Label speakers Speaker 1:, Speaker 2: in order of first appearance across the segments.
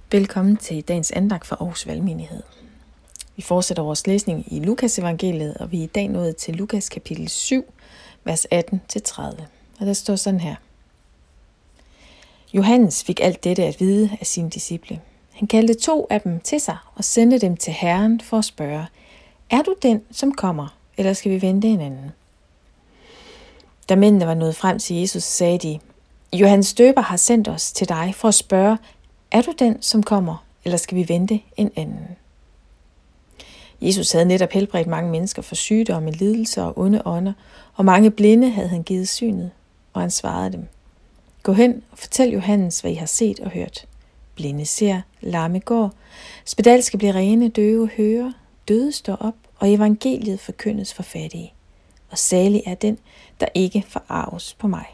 Speaker 1: Velkommen til dagens andagt fra Aarhus Valgmenighed. Vi fortsætter vores læsning i Lukas evangeliet, og vi er i dag nået til Lukas kapitel 7, vers 18-30. Og der står sådan her. Johannes fik alt dette at vide af sine disciple. Han kaldte 2 af dem til sig og sendte dem til Herren for at spørge, er du den, som kommer, eller skal vi vente en anden? Da mændene var nået frem til Jesus, sagde de, Johannes døber har sendt os til dig for at spørge, er du den, som kommer, eller skal vi vente en anden? Jesus havde netop helbredt mange mennesker for sygdomme, lidelser og onde ånder, og mange blinde havde han givet synet, og han svarede dem. Gå hen og fortæl Johannes, hvad I har set og hørt. Blinde ser, lamme går, spedalske bliver rene, døve hører, døde står op, og evangeliet forkyndes for fattige. Og salig er den, der ikke forarves på mig.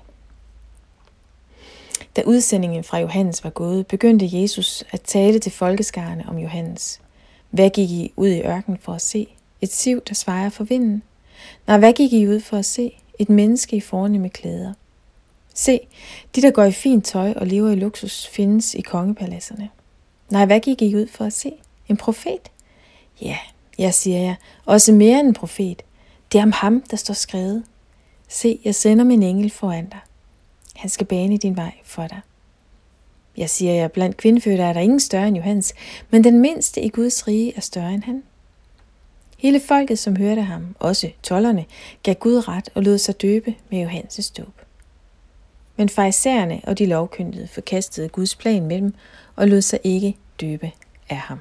Speaker 1: Da udsendingen fra Johannes var gået, begyndte Jesus at tale til folkeskarne om Johannes. Hvad gik I ud i ørkenen for at se? Et siv, der svejer for vinden? Nej, hvad gik I ud for at se? Et menneske i fornemme klæder. Se, de der går i fint tøj og lever i luksus, findes i kongepaladserne. Nej, hvad gik I ud for at se? En profet? Ja, jeg siger jer, også mere end en profet. Det er om ham, der står skrevet. Se, jeg sender min engel foran dig. Han skal bane din vej for dig. Jeg siger jer, blandt kvindefødte er der ingen større end Johannes, men den mindste i Guds rige er større end han. Hele folket, som hørte ham, også tolderne, gav Gud ret og lod sig døbe med Johannes' dåb. Men farisæerne og de lovkyndige forkastede Guds plan med dem og lod sig ikke døbe af ham.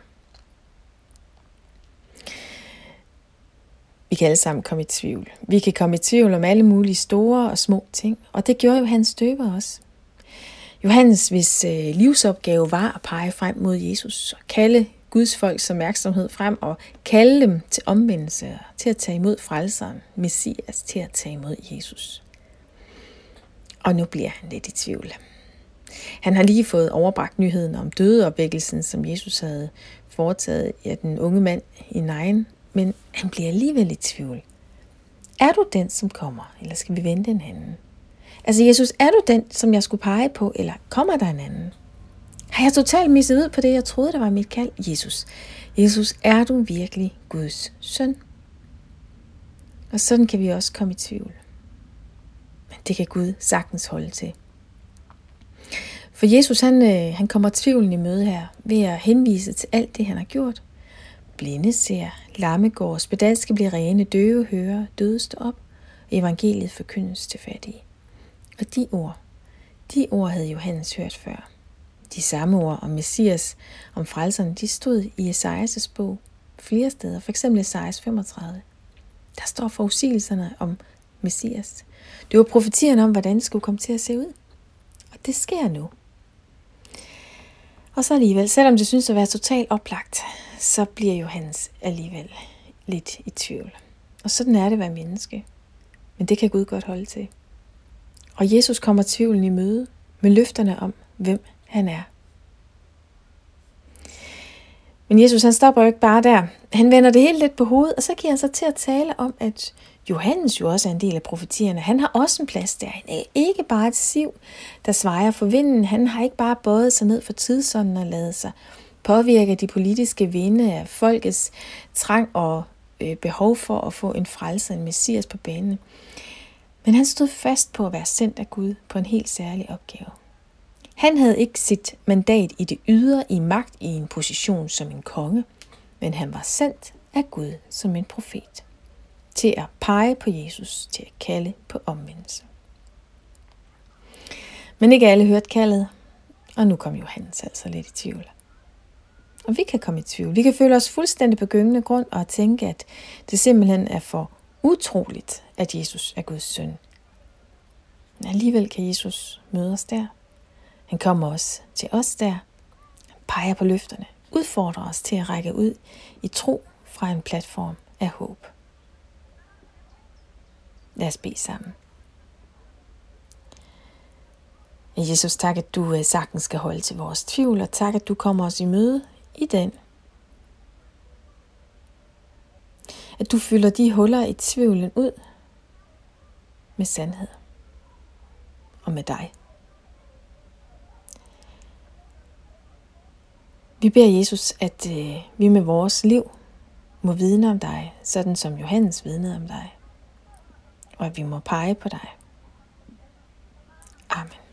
Speaker 1: Vi kan alle sammen komme i tvivl. Vi kan komme i tvivl om alle mulige store og små ting, og det gjorde Johannes døber også. Johannes, hvis livsopgave var at pege frem mod Jesus og kalde Guds folks opmærksomhed frem og kalde dem til omvendelse, til at tage imod frelseren, Messias, til at tage imod Jesus. Og nu bliver han lidt i tvivl. Han har lige fået overbragt nyheden om dødeopvækkelsen, som Jesus havde foretaget af den unge mand i Nain, men han bliver alligevel i tvivl. Er du den, som kommer, eller skal vi vente en anden? Altså Jesus, er du den, som jeg skulle pege på, eller kommer der en anden? Har jeg totalt misset ud på det, jeg troede, der var mit kald? Jesus, er du virkelig Guds søn? Og sådan kan vi også komme i tvivl. Men det kan Gud sagtens holde til. For Jesus, han kommer tvivlen i møde her, ved at henvise til alt det, han har gjort. Blinde ser, lamme går, spedalske bliver rene, døve hører, døde står op, og evangeliet forkyndes til fattige. Og de ord havde Johannes hørt før. De samme ord om Messias, om frelseren, de stod i Esajas' bog flere steder, f.eks. Esajas 35. Der står forudsigelserne om Messias. Det var profetierne om, hvordan det skulle komme til at se ud. Og det sker nu. Og så alligevel, selvom det synes at være totalt oplagt, så bliver Johannes alligevel lidt i tvivl. Og sådan er det at være menneske. Men det kan Gud godt holde til. Og Jesus kommer tvivlen i møde med løfterne om, hvem han er. Men Jesus, han stopper jo ikke bare der. Han vender det hele lidt på hovedet, og så giver han sig til at tale om, at Johannes jo også er en del af profetierne. Han har også en plads der. Han er ikke bare et siv, der svejer for vinden. Han har ikke bare bøjet sig ned for tidsånden og ladet sig påvirke af de politiske vinde af folkets trang og behov for at få en frelser, en messias på banen. Men han stod fast på at være sendt af Gud på en helt særlig opgave. Han havde ikke sit mandat i det ydre, i magt, i en position som en konge, men han var sendt af Gud som en profet, til at pege på Jesus, til at kalde på omvendelse. Men ikke alle hørte kaldet, og nu kom Johannes altså lidt i tvivl. Og vi kan komme i tvivl. Vi kan føle os fuldstændig på gyngende grund og tænke, at det simpelthen er for utroligt, at Jesus er Guds søn. Men alligevel kan Jesus møde os der. Han kommer også til os der. Han peger på løfterne. Udfordrer os til at række ud i tro fra en platform af håb. Lad os bede sammen. Jesus, tak, at du sagtens skal holde til vores tvivl, og tak, at du kommer os i møde i den. At du fylder de huller i tvivlen ud med sandhed og med dig. Vi beder Jesus, at vi med vores liv må vidne om dig, sådan som Johannes vidnede om dig. Og at vi må pege på dig. Amen.